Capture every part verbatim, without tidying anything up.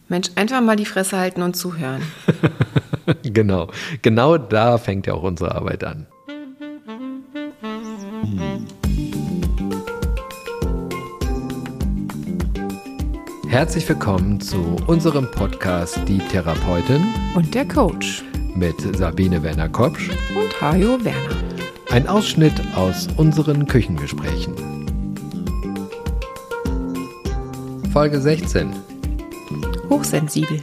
Mensch, einfach mal die Fresse halten und zuhören. Genau, genau da fängt ja auch unsere Arbeit an. Herzlich willkommen zu unserem Podcast Die Therapeutin Und der Coach mit Sabine Werner-Kopsch und Hajo Werner. Ein Ausschnitt aus unseren Küchengesprächen. Folge sechzehn. Hochsensibel.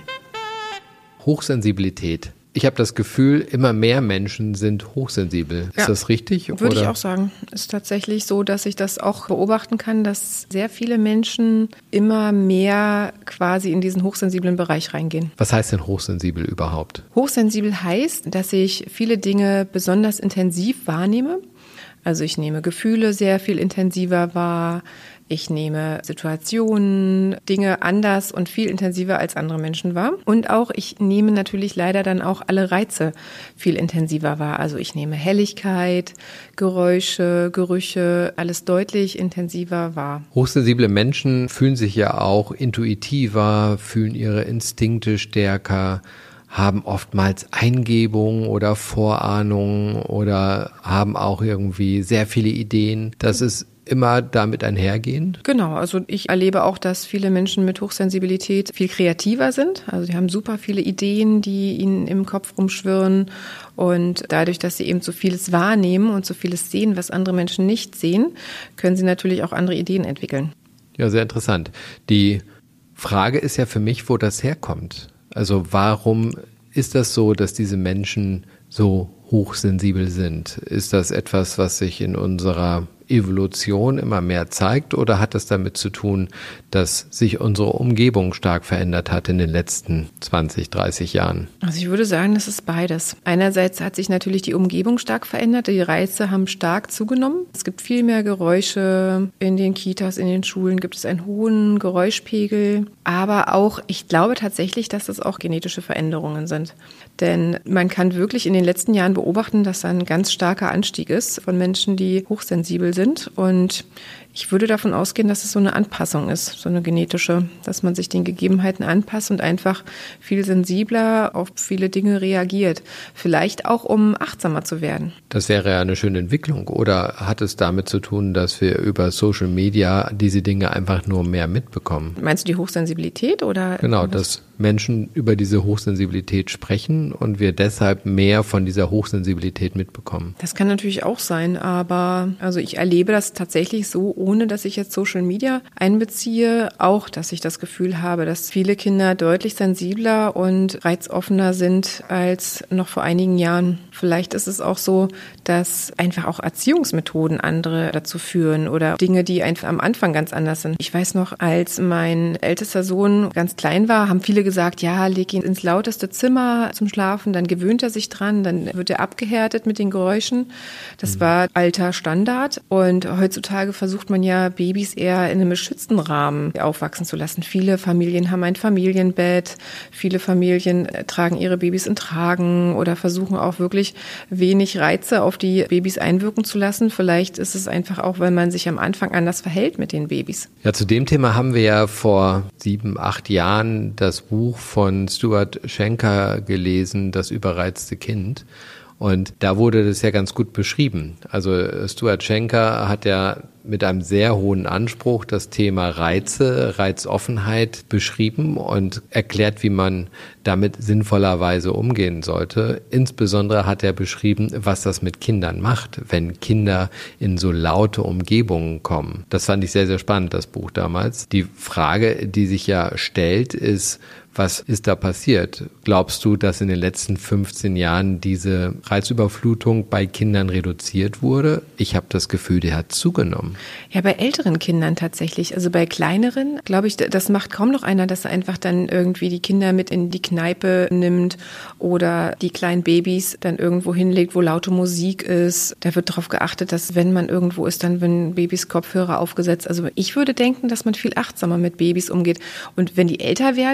Hochsensibilität. Ich habe das Gefühl, immer mehr Menschen sind hochsensibel. Ja, ist das richtig? Würde oder? ich auch sagen. Es ist tatsächlich so, dass ich das auch beobachten kann, dass sehr viele Menschen immer mehr quasi in diesen hochsensiblen Bereich reingehen. Was heißt denn hochsensibel überhaupt? Hochsensibel heißt, dass ich viele Dinge besonders intensiv wahrnehme. Also ich nehme Gefühle sehr viel intensiver wahr. Ich nehme Situationen, Dinge anders und viel intensiver als andere Menschen wahr. Und auch, ich nehme natürlich leider dann auch alle Reize viel intensiver wahr. Also ich nehme Helligkeit, Geräusche, Gerüche, alles deutlich intensiver wahr. Hochsensible Menschen fühlen sich ja auch intuitiver, fühlen ihre Instinkte stärker, haben oftmals Eingebungen oder Vorahnungen oder haben auch irgendwie sehr viele Ideen. Das ist immer damit einhergehend? Genau, also ich erlebe auch, dass viele Menschen mit Hochsensibilität viel kreativer sind. Also die haben super viele Ideen, die ihnen im Kopf rumschwirren. Und dadurch, dass sie eben so vieles wahrnehmen und so vieles sehen, was andere Menschen nicht sehen, können sie natürlich auch andere Ideen entwickeln. Ja, sehr interessant. Die Frage ist ja für mich, wo das herkommt. Also warum ist das so, dass diese Menschen so hochsensibel sind? Ist das etwas, was sich in unserer Evolution immer mehr zeigt, oder hat das damit zu tun, dass sich unsere Umgebung stark verändert hat in den letzten zwanzig, dreißig Jahren? Also ich würde sagen, das ist beides. Einerseits hat sich natürlich die Umgebung stark verändert, die Reize haben stark zugenommen. Es gibt viel mehr Geräusche in den Kitas, in den Schulen gibt es einen hohen Geräuschpegel, aber auch, ich glaube tatsächlich, dass das auch genetische Veränderungen sind. Denn man kann wirklich in den letzten Jahren beobachten, dass da ein ganz starker Anstieg ist von Menschen, die hochsensibel sind. Und ich würde davon ausgehen, dass es so eine Anpassung ist, so eine genetische, dass man sich den Gegebenheiten anpasst und einfach viel sensibler auf viele Dinge reagiert. Vielleicht auch, um achtsamer zu werden. Das wäre ja eine schöne Entwicklung. Oder hat es damit zu tun, dass wir über Social Media diese Dinge einfach nur mehr mitbekommen? Meinst du die Hochsensibilität oder? Genau, dass Menschen über diese Hochsensibilität sprechen und wir deshalb mehr von dieser Hochsensibilität mitbekommen. Das kann natürlich auch sein, aber also ich erlebe das tatsächlich so, ohne dass ich jetzt Social Media einbeziehe, auch, dass ich das Gefühl habe, dass viele Kinder deutlich sensibler und reizoffener sind als noch vor einigen Jahren. Vielleicht ist es auch so, dass einfach auch Erziehungsmethoden andere dazu führen oder Dinge, die einfach am Anfang ganz anders sind. Ich weiß noch, als mein ältester Sohn ganz klein war, haben viele gesagt, ja, leg ihn ins lauteste Zimmer zum Schlafen, dann gewöhnt er sich dran, dann wird er abgehärtet mit den Geräuschen. Das mhm. war alter Standard und heutzutage versucht man ja, Babys eher in einem geschützten Rahmen aufwachsen zu lassen. Viele Familien haben ein Familienbett, viele Familien tragen ihre Babys in Tragen oder versuchen auch wirklich wenig Reize auf die Babys einwirken zu lassen. Vielleicht ist es einfach auch, weil man sich am Anfang anders verhält mit den Babys. Ja, zu dem Thema haben wir ja vor sieben, acht Jahren das Buch von Stuart Schenker gelesen, Das überreizte Kind. Und da wurde das ja ganz gut beschrieben. Also Stuart Schenker hat ja mit einem sehr hohen Anspruch das Thema Reize, Reizoffenheit beschrieben und erklärt, wie man damit sinnvollerweise umgehen sollte. Insbesondere hat er beschrieben, was das mit Kindern macht, wenn Kinder in so laute Umgebungen kommen. Das fand ich sehr, sehr spannend, das Buch damals. Die Frage, die sich ja stellt, ist, was ist da passiert? Glaubst du, dass in den letzten fünfzehn Jahren diese Reizüberflutung bei Kindern reduziert wurde? Ich habe das Gefühl, die hat zugenommen. Ja, bei älteren Kindern tatsächlich. Also bei kleineren, glaube ich, das macht kaum noch einer, dass er einfach dann irgendwie die Kinder mit in die Kneipe nimmt oder die kleinen Babys dann irgendwo hinlegt, wo laute Musik ist. Da wird darauf geachtet, dass wenn man irgendwo ist, dann wenn Babys Kopfhörer aufgesetzt. Also ich würde denken, dass man viel achtsamer mit Babys umgeht. Und wenn die älter werden, also ich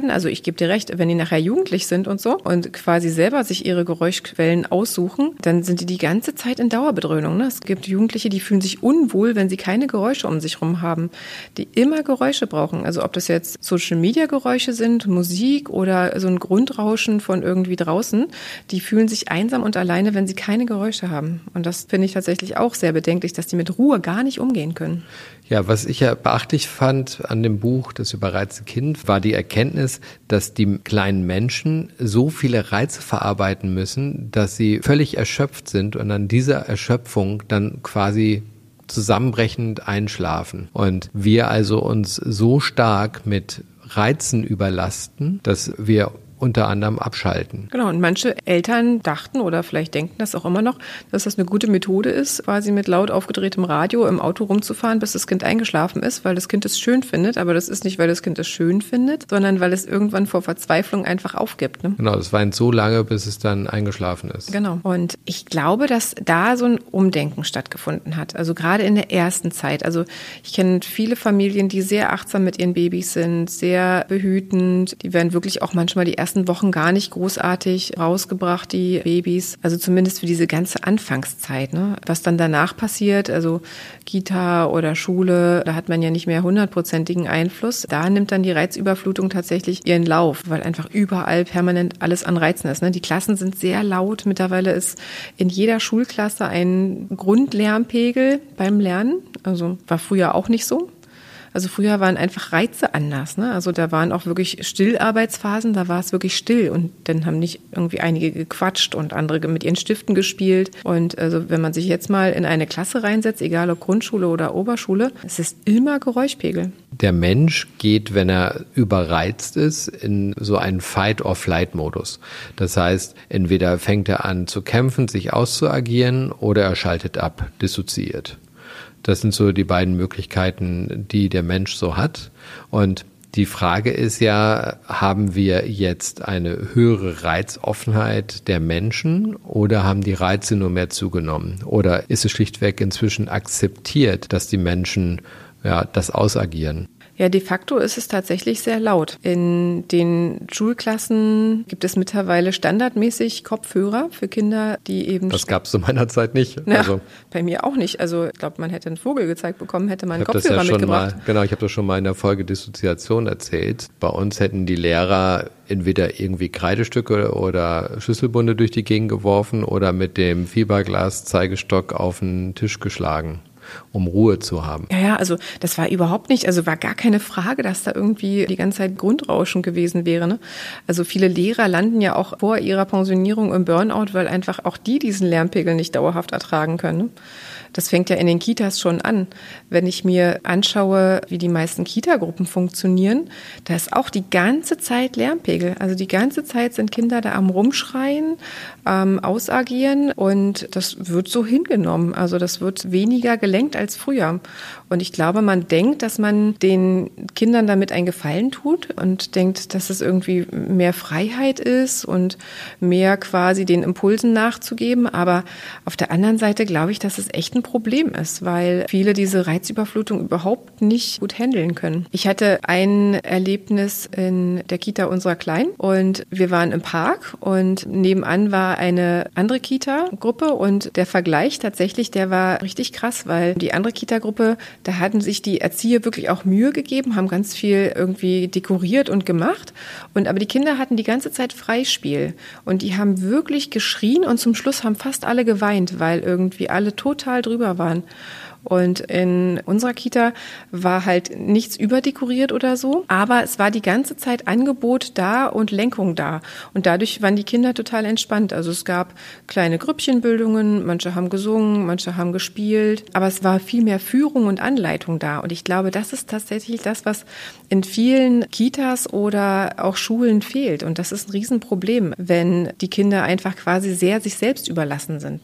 gebe dir recht, wenn die nachher jugendlich sind und so und quasi selber sich ihre Geräuschquellen aussuchen, dann sind die die ganze Zeit in Dauerbedröhnung. Ne? Es gibt Jugendliche, die fühlen sich unwohl, wenn sie keine Geräusche um sich rum haben, die immer Geräusche brauchen. Also ob das jetzt Social-Media-Geräusche sind, Musik oder so ein Grundrauschen von irgendwie draußen, die fühlen sich einsam und alleine, wenn sie keine Geräusche haben. Und das finde ich tatsächlich auch sehr bedenklich, dass die mit Ruhe gar nicht umgehen können. Ja, was ich ja beachtlich fand an dem Buch Das überreizte Kind, war die Erkenntnis, dass die kleinen Menschen so viele Reize verarbeiten müssen, dass sie völlig erschöpft sind und an dieser Erschöpfung dann quasi zusammenbrechend einschlafen. Und wir also uns so stark mit Reizen überlasten, dass wir unter anderem abschalten. Genau, und manche Eltern dachten oder vielleicht denken das auch immer noch, dass das eine gute Methode ist, quasi mit laut aufgedrehtem Radio im Auto rumzufahren, bis das Kind eingeschlafen ist, weil das Kind es schön findet. Aber das ist nicht, weil das Kind es schön findet, sondern weil es irgendwann vor Verzweiflung einfach aufgibt. Ne? Genau, es weint so lange, bis es dann eingeschlafen ist. Genau. Und ich glaube, dass da so ein Umdenken stattgefunden hat. Also gerade in der ersten Zeit. Also ich kenne viele Familien, die sehr achtsam mit ihren Babys sind, sehr behütend. Die werden wirklich auch manchmal die ersten Wochen gar nicht großartig rausgebracht, die Babys. Also zumindest für diese ganze Anfangszeit. Ne? Was dann danach passiert, also Kita oder Schule, da hat man ja nicht mehr hundertprozentigen Einfluss. Da nimmt dann die Reizüberflutung tatsächlich ihren Lauf, weil einfach überall permanent alles an Reizen ist. Ne? Die Klassen sind sehr laut. Mittlerweile ist in jeder Schulklasse ein Grundlärmpegel beim Lernen. Also war früher auch nicht so. Also früher waren einfach Reize anders, ne? Also da waren auch wirklich Stillarbeitsphasen, da war es wirklich still und dann haben nicht irgendwie einige gequatscht und andere mit ihren Stiften gespielt. Und also wenn man sich jetzt mal in eine Klasse reinsetzt, egal ob Grundschule oder Oberschule, es ist immer Geräuschpegel. Der Mensch geht, wenn er überreizt ist, in so einen Fight-or-Flight-Modus. Das heißt, entweder fängt er an zu kämpfen, sich auszuagieren oder er schaltet ab, dissoziiert. Das sind so die beiden Möglichkeiten, die der Mensch so hat. Und die Frage ist ja, haben wir jetzt eine höhere Reizoffenheit der Menschen oder haben die Reize nur mehr zugenommen? Oder ist es schlichtweg inzwischen akzeptiert, dass die Menschen ja, das ausagieren? Ja, de facto ist es tatsächlich sehr laut. In den Schulklassen gibt es mittlerweile standardmäßig Kopfhörer für Kinder, die eben... Das gab es zu meiner Zeit nicht. Ja, also, bei mir auch nicht. Also ich glaube, man hätte einen Vogel gezeigt bekommen, hätte man einen Kopfhörer Kopfhörer ja mitgebracht. Mal, genau, ich habe das schon mal in der Folge Dissoziation erzählt. Bei uns hätten die Lehrer entweder irgendwie Kreidestücke oder Schlüsselbunde durch die Gegend geworfen oder mit dem Fiberglas-Zeigestock auf den Tisch geschlagen, um Ruhe zu haben. Ja, ja, also das war überhaupt nicht, also war gar keine Frage, dass da irgendwie die ganze Zeit Grundrauschen gewesen wäre. Ne? Also viele Lehrer landen ja auch vor ihrer Pensionierung im Burnout, weil einfach auch die diesen Lärmpegel nicht dauerhaft ertragen können. Ne? Das fängt ja in den Kitas schon an. Wenn ich mir anschaue, wie die meisten Kita-Gruppen funktionieren, da ist auch die ganze Zeit Lärmpegel. Also die ganze Zeit sind Kinder da am Rumschreien, ähm, ausagieren und das wird so hingenommen. Also das wird weniger gelenkt als früher. Und ich glaube, man denkt, dass man den Kindern damit einen Gefallen tut und denkt, dass es irgendwie mehr Freiheit ist und mehr quasi den Impulsen nachzugeben. Aber auf der anderen Seite glaube ich, dass es echt ein Problem ist, weil viele diese Reizüberflutung überhaupt nicht gut handeln können. Ich hatte ein Erlebnis in der Kita unserer Kleinen und wir waren im Park und nebenan war eine andere Kita-Gruppe und der Vergleich tatsächlich, der war richtig krass, weil die andere Kita-Gruppe, da hatten sich die Erzieher wirklich auch Mühe gegeben, haben ganz viel irgendwie dekoriert und gemacht und aber die Kinder hatten die ganze Zeit Freispiel und die haben wirklich geschrien und zum Schluss haben fast alle geweint, weil irgendwie alle total drüber waren. Und in unserer Kita war halt nichts überdekoriert oder so, aber es war die ganze Zeit Angebot da und Lenkung da. Und dadurch waren die Kinder total entspannt. Also es gab kleine Grüppchenbildungen, manche haben gesungen, manche haben gespielt, aber es war viel mehr Führung und Anleitung da. Und ich glaube, das ist tatsächlich das, was in vielen Kitas oder auch Schulen fehlt. Und das ist ein Riesenproblem, wenn die Kinder einfach quasi sehr sich selbst überlassen sind. Ne?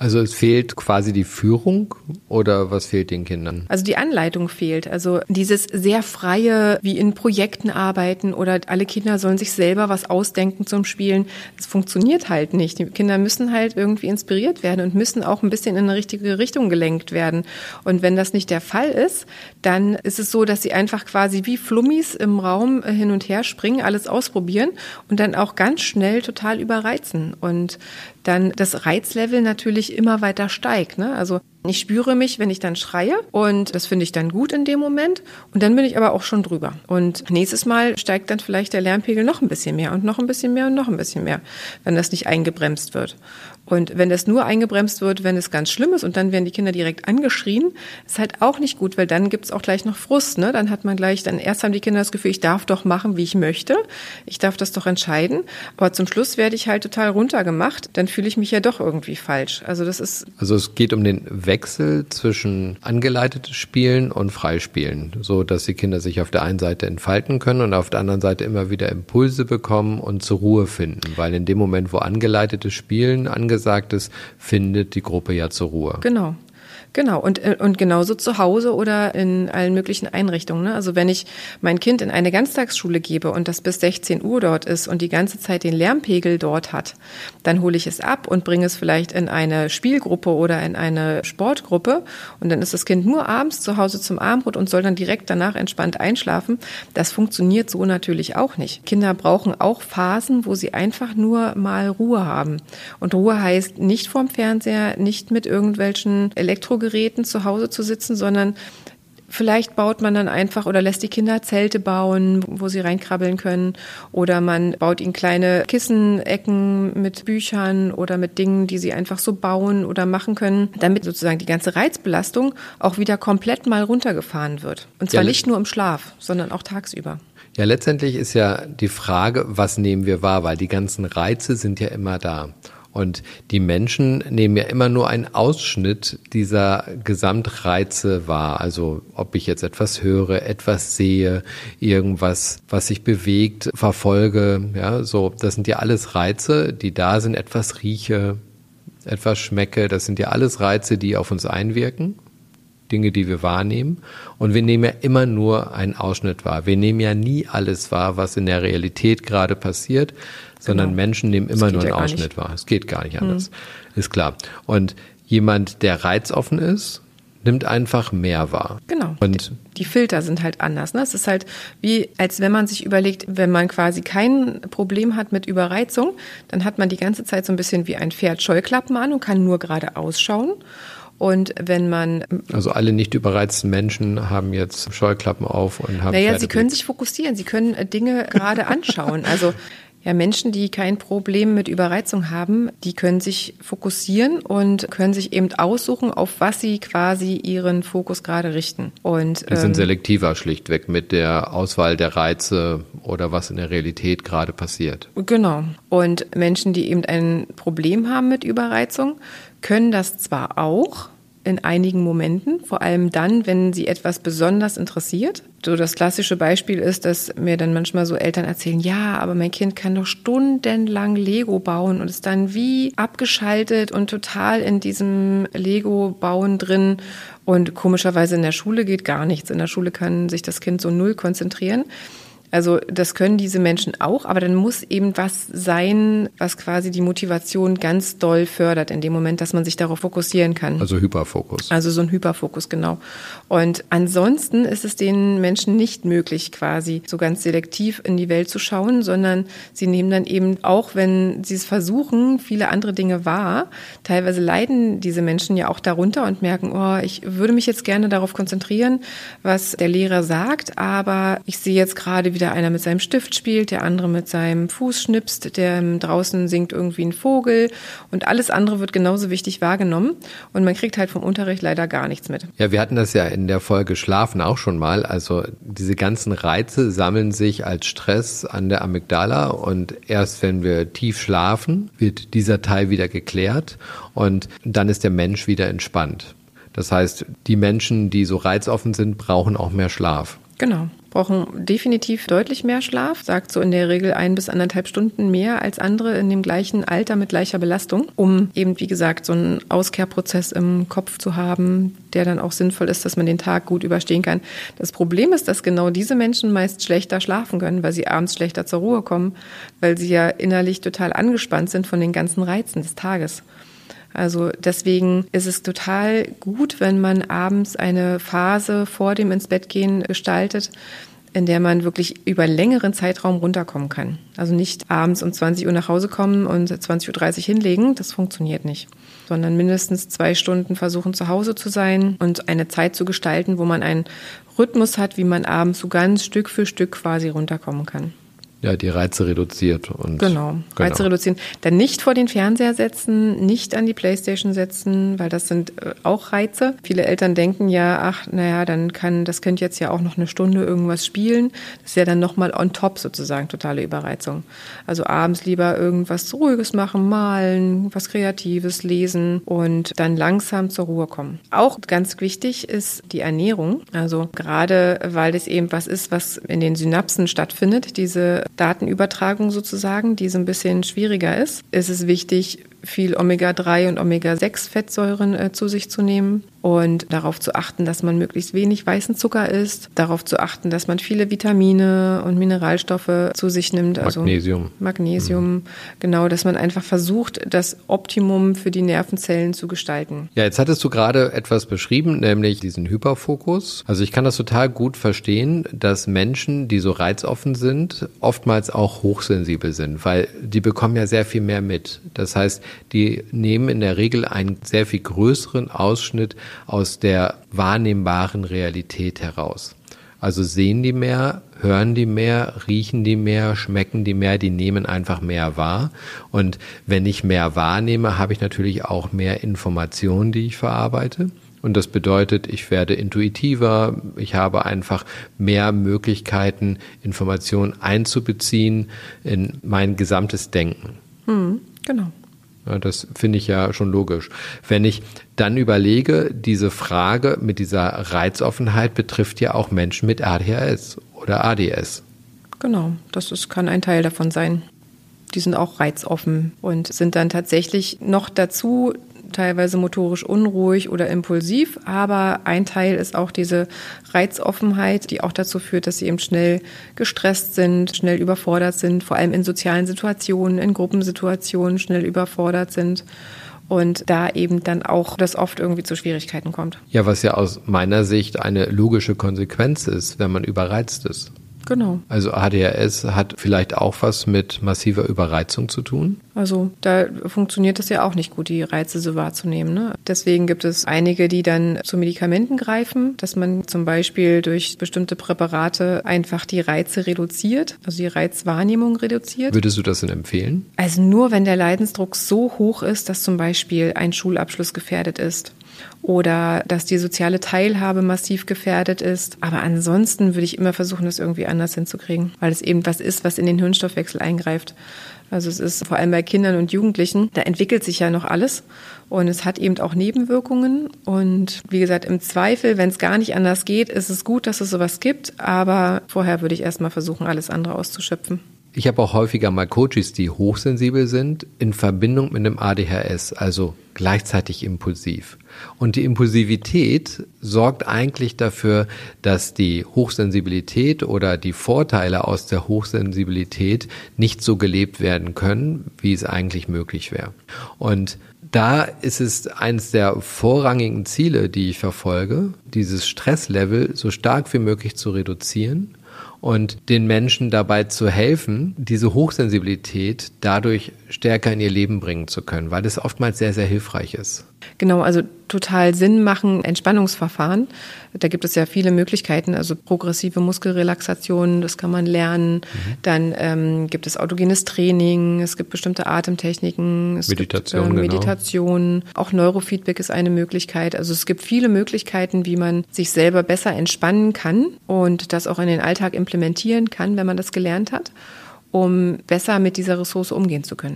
Also es fehlt quasi die Führung oder was fehlt den Kindern? Also die Anleitung fehlt. Also dieses sehr freie, wie in Projekten arbeiten oder alle Kinder sollen sich selber was ausdenken zum Spielen, das funktioniert halt nicht. Die Kinder müssen halt irgendwie inspiriert werden und müssen auch ein bisschen in eine richtige Richtung gelenkt werden. Und wenn das nicht der Fall ist, dann ist es so, dass sie einfach quasi wie Flummis im Raum hin und her springen, alles ausprobieren und dann auch ganz schnell total überreizen. Und dann das Reizlevel natürlich immer weiter steigt, ne? Also ich spüre mich, wenn ich dann schreie und das finde ich dann gut in dem Moment und dann bin ich aber auch schon drüber. Und nächstes Mal steigt dann vielleicht der Lärmpegel noch ein bisschen mehr und noch ein bisschen mehr und noch ein bisschen mehr, wenn das nicht eingebremst wird. Und wenn das nur eingebremst wird, wenn es ganz schlimm ist und dann werden die Kinder direkt angeschrien, ist halt auch nicht gut, weil dann gibt's auch gleich noch Frust, ne? Dann hat man gleich, dann erst haben die Kinder das Gefühl, ich darf doch machen, wie ich möchte, ich darf das doch entscheiden, aber zum Schluss werde ich halt total runtergemacht, dann fühle ich mich ja doch irgendwie falsch. Also das ist... Also es geht um den Wechsel zwischen angeleitetes Spielen und Freispielen, so dass die Kinder sich auf der einen Seite entfalten können und auf der anderen Seite immer wieder Impulse bekommen und zur Ruhe finden, weil in dem Moment, wo angeleitetes Spielen angesagt ist, findet die Gruppe ja zur Ruhe. Genau. Genau, und, und genauso zu Hause oder in allen möglichen Einrichtungen. Ne? Also wenn ich mein Kind in eine Ganztagsschule gebe und das bis sechzehn Uhr dort ist und die ganze Zeit den Lärmpegel dort hat, dann hole ich es ab und bringe es vielleicht in eine Spielgruppe oder in eine Sportgruppe und dann ist das Kind nur abends zu Hause zum Abendbrot und soll dann direkt danach entspannt einschlafen. Das funktioniert so natürlich auch nicht. Kinder brauchen auch Phasen, wo sie einfach nur mal Ruhe haben. Und Ruhe heißt nicht vorm Fernseher, nicht mit irgendwelchen Elektrogeräten zu Hause zu sitzen, sondern vielleicht baut man dann einfach oder lässt die Kinder Zelte bauen, wo sie reinkrabbeln können, oder man baut ihnen kleine Kissenecken mit Büchern oder mit Dingen, die sie einfach so bauen oder machen können, damit sozusagen die ganze Reizbelastung auch wieder komplett mal runtergefahren wird. Und zwar ja, nicht nur im Schlaf, sondern auch tagsüber. Ja, letztendlich ist ja die Frage, was nehmen wir wahr, weil die ganzen Reize sind ja immer da. Und die Menschen nehmen ja immer nur einen Ausschnitt dieser Gesamtreize wahr. Also ob ich jetzt etwas höre, etwas sehe, irgendwas, was sich bewegt, verfolge. Ja, so, das sind ja alles Reize, die da sind. Etwas rieche, etwas schmecke. Das sind ja alles Reize, die auf uns einwirken. Dinge, die wir wahrnehmen. Und wir nehmen ja immer nur einen Ausschnitt wahr. Wir nehmen ja nie alles wahr, was in der Realität gerade passiert, sondern genau. Menschen nehmen immer nur einen ja Ausschnitt wahr. Es geht gar nicht anders. Mhm. Ist klar. Und jemand, der reizoffen ist, nimmt einfach mehr wahr. Genau. Und die Filter sind halt anders. Ne? Es ist halt wie, als wenn man sich überlegt, wenn man quasi kein Problem hat mit Überreizung, dann hat man die ganze Zeit so ein bisschen wie ein Pferd Scheuklappen an und kann nur geradeaus schauen. Und wenn man... Also alle nicht überreizten Menschen haben jetzt Scheuklappen auf und haben... Naja, sie können sich fokussieren, sie können Dinge gerade anschauen. Also ja, Menschen, die kein Problem mit Überreizung haben, die können sich fokussieren und können sich eben aussuchen, auf was sie quasi ihren Fokus gerade richten. Und die sind ähm, selektiver schlichtweg mit der Auswahl der Reize oder was in der Realität gerade passiert. Genau. Und Menschen, die eben ein Problem haben mit Überreizung, können das zwar auch in einigen Momenten, vor allem dann, wenn sie etwas besonders interessiert. So das klassische Beispiel ist, dass mir dann manchmal so Eltern erzählen, ja, aber mein Kind kann doch stundenlang Lego bauen und ist dann wie abgeschaltet und total in diesem Lego-Bauen drin. Und komischerweise in der Schule geht gar nichts. In der Schule kann sich das Kind so null konzentrieren. Also das können diese Menschen auch, aber dann muss eben was sein, was quasi die Motivation ganz doll fördert in dem Moment, dass man sich darauf fokussieren kann. Also Hyperfokus. Also so ein Hyperfokus, genau. Und ansonsten ist es den Menschen nicht möglich, quasi so ganz selektiv in die Welt zu schauen, sondern sie nehmen dann eben, auch wenn sie es versuchen, viele andere Dinge wahr. Teilweise leiden diese Menschen ja auch darunter und merken, oh, ich würde mich jetzt gerne darauf konzentrieren, was der Lehrer sagt, aber ich sehe jetzt gerade wieder einer mit seinem Stift spielt, der andere mit seinem Fuß schnipst, der draußen singt irgendwie ein Vogel und alles andere wird genauso wichtig wahrgenommen und man kriegt halt vom Unterricht leider gar nichts mit. Ja, wir hatten das ja in der Folge Schlafen auch schon mal, also diese ganzen Reize sammeln sich als Stress an der Amygdala und erst wenn wir tief schlafen, wird dieser Teil wieder geklärt und dann ist der Mensch wieder entspannt. Das heißt, die Menschen, die so reizoffen sind, brauchen auch mehr Schlaf. Genau. Brauchen definitiv deutlich mehr Schlaf, sagt so in der Regel ein bis anderthalb Stunden mehr als andere in dem gleichen Alter mit gleicher Belastung, um eben, wie gesagt, so einen Auskehrprozess im Kopf zu haben, der dann auch sinnvoll ist, dass man den Tag gut überstehen kann. Das Problem ist, dass genau diese Menschen meist schlechter schlafen können, weil sie abends schlechter zur Ruhe kommen, weil sie ja innerlich total angespannt sind von den ganzen Reizen des Tages. Also deswegen ist es total gut, wenn man abends eine Phase vor dem ins Bett gehen gestaltet, in der man wirklich über längeren Zeitraum runterkommen kann. Also nicht abends um zwanzig Uhr nach Hause kommen und zwanzig Uhr dreißig hinlegen, das funktioniert nicht. Sondern mindestens zwei Stunden versuchen zu Hause zu sein und eine Zeit zu gestalten, wo man einen Rhythmus hat, wie man abends so ganz Stück für Stück quasi runterkommen kann. Ja, die Reize reduziert. Und genau, Reize genau. reduzieren. Dann nicht vor den Fernseher setzen, nicht an die Playstation setzen, weil das sind äh, auch Reize. Viele Eltern denken ja, ach, naja, dann kann das Kind jetzt ja auch noch eine Stunde irgendwas spielen. Das ist ja dann nochmal on top sozusagen, totale Überreizung. Also abends lieber irgendwas Ruhiges machen, malen, was Kreatives, lesen und dann langsam zur Ruhe kommen. Auch ganz wichtig ist die Ernährung. Also gerade, weil das eben was ist, was in den Synapsen stattfindet, diese Datenübertragung sozusagen, die so ein bisschen schwieriger ist, ist es wichtig, viel Omega drei und Omega sechs Fettsäuren äh, zu sich zu nehmen und darauf zu achten, dass man möglichst wenig weißen Zucker isst, darauf zu achten, dass man viele Vitamine und Mineralstoffe zu sich nimmt. Also Magnesium. Magnesium, mhm. Genau, dass man einfach versucht, das Optimum für die Nervenzellen zu gestalten. Ja, jetzt hattest du gerade etwas beschrieben, nämlich diesen Hyperfokus. Also ich kann das total gut verstehen, dass Menschen, die so reizoffen sind, oftmals auch hochsensibel sind, weil die bekommen ja sehr viel mehr mit. Das heißt, die nehmen in der Regel einen sehr viel größeren Ausschnitt aus der wahrnehmbaren Realität heraus. Also sehen die mehr, hören die mehr, riechen die mehr, schmecken die mehr, die nehmen einfach mehr wahr. Und wenn ich mehr wahrnehme, habe ich natürlich auch mehr Informationen, die ich verarbeite. Und das bedeutet, ich werde intuitiver, ich habe einfach mehr Möglichkeiten, Informationen einzubeziehen in mein gesamtes Denken. Hm, genau. Ja, das finde ich ja schon logisch. Wenn ich dann überlege, diese Frage mit dieser Reizoffenheit betrifft ja auch Menschen mit A D H S oder A D S. Genau, das ist, kann ein Teil davon sein. Die sind auch reizoffen und sind dann tatsächlich noch dazu teilweise motorisch unruhig oder impulsiv, aber ein Teil ist auch diese Reizoffenheit, die auch dazu führt, dass sie eben schnell gestresst sind, schnell überfordert sind, vor allem in sozialen Situationen, in Gruppensituationen schnell überfordert sind und da eben dann auch das oft irgendwie zu Schwierigkeiten kommt. Ja, was ja aus meiner Sicht eine logische Konsequenz ist, wenn man überreizt ist. Genau. Also A D H S hat vielleicht auch was mit massiver Überreizung zu tun? Also da funktioniert es ja auch nicht gut, die Reize so wahrzunehmen. Ne? Deswegen gibt es einige, die dann zu Medikamenten greifen, dass man zum Beispiel durch bestimmte Präparate einfach die Reize reduziert, also die Reizwahrnehmung reduziert. Würdest du das denn empfehlen? Also nur, wenn der Leidensdruck so hoch ist, dass zum Beispiel ein Schulabschluss gefährdet ist. Oder dass die soziale Teilhabe massiv gefährdet ist. Aber ansonsten würde ich immer versuchen, das irgendwie anders hinzukriegen, weil es eben was ist, was in den Hirnstoffwechsel eingreift. Also es ist vor allem bei Kindern und Jugendlichen, da entwickelt sich ja noch alles und es hat eben auch Nebenwirkungen. Und wie gesagt, im Zweifel, wenn es gar nicht anders geht, ist es gut, dass es sowas gibt. Aber vorher würde ich erstmal versuchen, alles andere auszuschöpfen. Ich habe auch häufiger mal Coaches, die hochsensibel sind, in Verbindung mit einem A D H S, also gleichzeitig impulsiv. Und die Impulsivität sorgt eigentlich dafür, dass die Hochsensibilität oder die Vorteile aus der Hochsensibilität nicht so gelebt werden können, wie es eigentlich möglich wäre. Und da ist es eines der vorrangigen Ziele, die ich verfolge, dieses Stresslevel so stark wie möglich zu reduzieren und den Menschen dabei zu helfen, diese Hochsensibilität dadurch stärker in ihr Leben bringen zu können, weil das oftmals sehr, sehr hilfreich ist. Genau, also total Sinn machen Entspannungsverfahren. Da gibt es ja viele Möglichkeiten, also progressive Muskelrelaxation, das kann man lernen. Mhm. Dann ähm, gibt es autogenes Training, es gibt bestimmte Atemtechniken, es Meditation, gibt äh, Meditation. Genau. Auch Neurofeedback ist eine Möglichkeit. Also es gibt viele Möglichkeiten, wie man sich selber besser entspannen kann und das auch in den Alltag implementieren kann, wenn man das gelernt hat, um besser mit dieser Ressource umgehen zu können.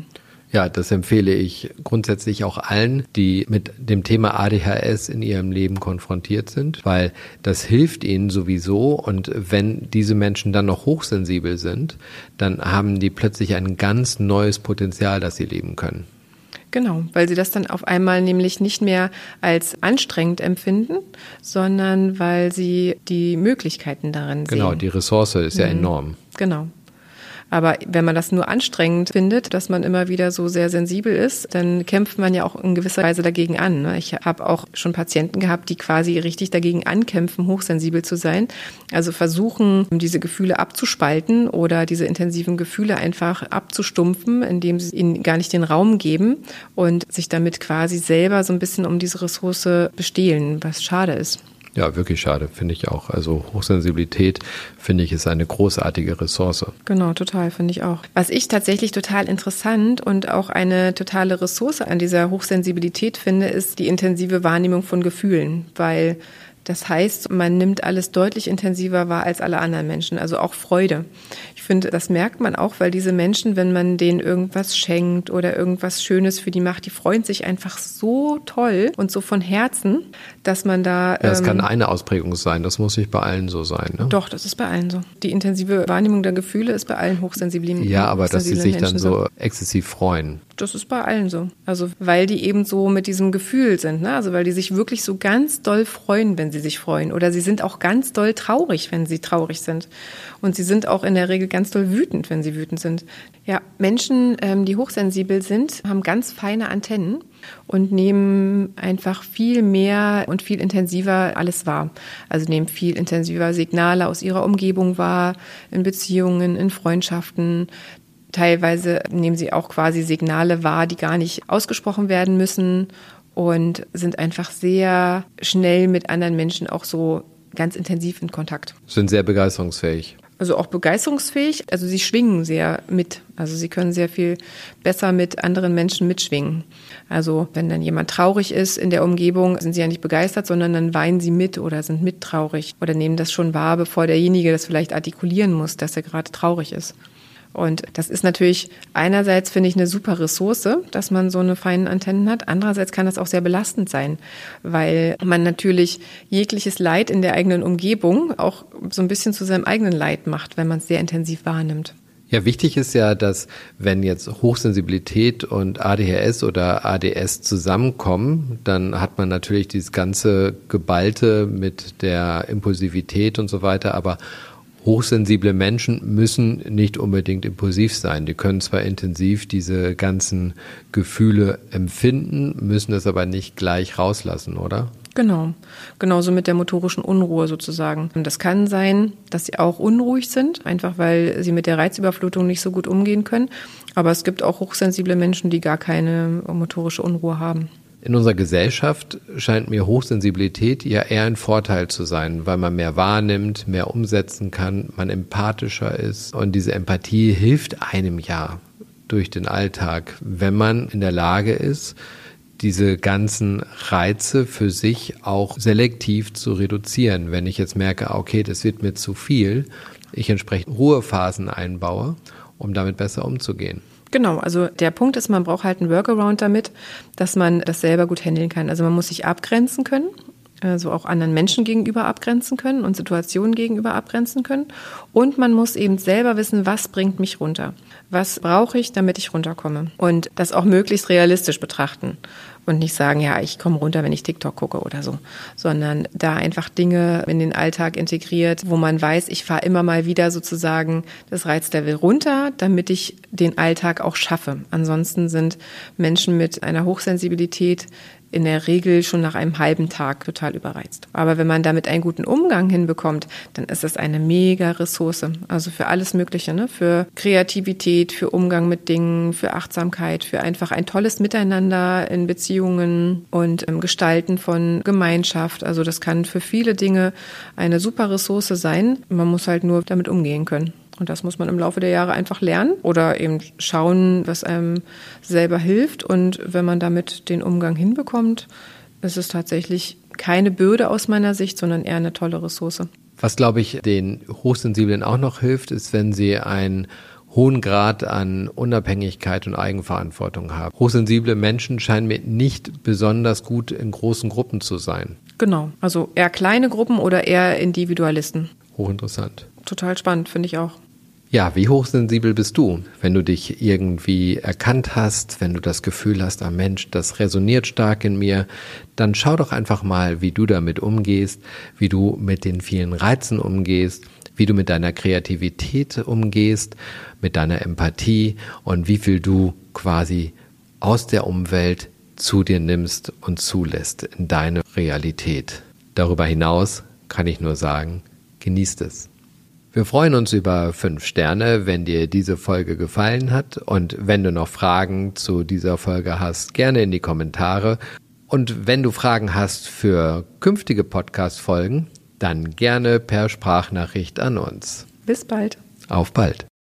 Ja, das empfehle ich grundsätzlich auch allen, die mit dem Thema A D H S in ihrem Leben konfrontiert sind, weil das hilft ihnen sowieso. Und wenn diese Menschen dann noch hochsensibel sind, dann haben die plötzlich ein ganz neues Potenzial, das sie leben können. Genau, weil sie das dann auf einmal nämlich nicht mehr als anstrengend empfinden, sondern weil sie die Möglichkeiten darin sehen. Genau, die Ressource ist ja mhm. enorm. Genau. Aber wenn man das nur anstrengend findet, dass man immer wieder so sehr sensibel ist, dann kämpft man ja auch in gewisser Weise dagegen an. Ne? Ich habe auch schon Patienten gehabt, die quasi richtig dagegen ankämpfen, hochsensibel zu sein. Also versuchen, diese Gefühle abzuspalten oder diese intensiven Gefühle einfach abzustumpfen, indem sie ihnen gar nicht den Raum geben und sich damit quasi selber so ein bisschen um diese Ressource bestehlen, was schade ist. Ja, wirklich schade, finde ich auch. Also Hochsensibilität, finde ich, ist eine großartige Ressource. Genau, total, finde ich auch. Was ich tatsächlich total interessant und auch eine totale Ressource an dieser Hochsensibilität finde, ist die intensive Wahrnehmung von Gefühlen, weil das heißt, man nimmt alles deutlich intensiver wahr als alle anderen Menschen, also auch Freude. Ich finde, das merkt man auch, weil diese Menschen, wenn man denen irgendwas schenkt oder irgendwas Schönes für die macht, die freuen sich einfach so toll und so von Herzen, dass man da... Ja, das ähm, kann eine Ausprägung sein, das muss nicht bei allen so sein. Ne? Doch, das ist bei allen so. Die intensive Wahrnehmung der Gefühle ist bei allen hochsensiblen Menschen. Ja, aber dass sie sich dann so exzessiv freuen. Das ist bei allen so. Also weil die eben so mit diesem Gefühl sind, ne? Also weil die sich wirklich so ganz doll freuen, wenn sie sich freuen. Oder sie sind auch ganz doll traurig, wenn sie traurig sind. Und sie sind auch in der Regel ganz doll wütend, wenn sie wütend sind. Ja, Menschen, ähm, die hochsensibel sind, haben ganz feine Antennen und nehmen einfach viel mehr und viel intensiver alles wahr. Also nehmen viel intensiver Signale aus ihrer Umgebung wahr, in Beziehungen, in Freundschaften. Teilweise nehmen sie auch quasi Signale wahr, die gar nicht ausgesprochen werden müssen und sind einfach sehr schnell mit anderen Menschen auch so ganz intensiv in Kontakt. Sind sehr begeisterungsfähig. Also auch begeisterungsfähig, also sie schwingen sehr mit. Also sie können sehr viel besser mit anderen Menschen mitschwingen. Also wenn dann jemand traurig ist in der Umgebung, sind sie ja nicht begeistert, sondern dann weinen sie mit oder sind mittraurig oder nehmen das schon wahr, bevor derjenige das vielleicht artikulieren muss, dass er gerade traurig ist. Und das ist natürlich einerseits, finde ich, eine super Ressource, dass man so eine feinen Antennen hat. Andererseits kann das auch sehr belastend sein, weil man natürlich jegliches Leid in der eigenen Umgebung auch so ein bisschen zu seinem eigenen Leid macht, wenn man es sehr intensiv wahrnimmt. Ja, wichtig ist ja, dass wenn jetzt Hochsensibilität und A D H S oder A D S zusammenkommen, dann hat man natürlich dieses ganze Geballte mit der Impulsivität und so weiter, aber hochsensible Menschen müssen nicht unbedingt impulsiv sein. Die können zwar intensiv diese ganzen Gefühle empfinden, müssen es aber nicht gleich rauslassen, oder? Genau, genauso mit der motorischen Unruhe sozusagen. Und das kann sein, dass sie auch unruhig sind, einfach weil sie mit der Reizüberflutung nicht so gut umgehen können. Aber es gibt auch hochsensible Menschen, die gar keine motorische Unruhe haben. In unserer Gesellschaft scheint mir Hochsensibilität ja eher ein Vorteil zu sein, weil man mehr wahrnimmt, mehr umsetzen kann, man empathischer ist. Und diese Empathie hilft einem ja durch den Alltag, wenn man in der Lage ist, diese ganzen Reize für sich auch selektiv zu reduzieren. Wenn ich jetzt merke, okay, das wird mir zu viel, ich entsprechend Ruhephasen einbaue, um damit besser umzugehen. Genau, also der Punkt ist, man braucht halt einen Workaround damit, dass man das selber gut handeln kann. Also man muss sich abgrenzen können, also auch anderen Menschen gegenüber abgrenzen können und Situationen gegenüber abgrenzen können. Und man muss eben selber wissen, was bringt mich runter? Was brauche ich, damit ich runterkomme? Und das auch möglichst realistisch betrachten. Und nicht sagen, ja, ich komme runter, wenn ich TikTok gucke oder so, sondern da einfach Dinge in den Alltag integriert, wo man weiß, ich fahre immer mal wieder sozusagen das Reizlevel runter, damit ich den Alltag auch schaffe. Ansonsten sind Menschen mit einer Hochsensibilität in der Regel schon nach einem halben Tag total überreizt. Aber wenn man damit einen guten Umgang hinbekommt, dann ist das eine mega Ressource. Also für alles Mögliche, ne? Für Kreativität, für Umgang mit Dingen, für Achtsamkeit, für einfach ein tolles Miteinander in Beziehungen und im Gestalten von Gemeinschaft. Also das kann für viele Dinge eine super Ressource sein. Man muss halt nur damit umgehen können. Und das muss man im Laufe der Jahre einfach lernen oder eben schauen, was einem selber hilft. Und wenn man damit den Umgang hinbekommt, ist es tatsächlich keine Bürde aus meiner Sicht, sondern eher eine tolle Ressource. Was, glaube ich, den Hochsensiblen auch noch hilft, ist, wenn sie ein hohen Grad an Unabhängigkeit und Eigenverantwortung haben. Hochsensible Menschen scheinen mir nicht besonders gut in großen Gruppen zu sein. Genau, also eher kleine Gruppen oder eher Individualisten. Hochinteressant. Total spannend, finde ich auch. Ja, wie hochsensibel bist du, wenn du dich irgendwie erkannt hast, wenn du das Gefühl hast, ah Mensch, das resoniert stark in mir, dann schau doch einfach mal, wie du damit umgehst, wie du mit den vielen Reizen umgehst, wie du mit deiner Kreativität umgehst, mit deiner Empathie und wie viel du quasi aus der Umwelt zu dir nimmst und zulässt in deine Realität. Darüber hinaus kann ich nur sagen, genießt es. Wir freuen uns über fünf Sterne, wenn dir diese Folge gefallen hat, und wenn du noch Fragen zu dieser Folge hast, gerne in die Kommentare. Und wenn du Fragen hast für künftige Podcast-Folgen, dann gerne per Sprachnachricht an uns. Bis bald. Auf bald.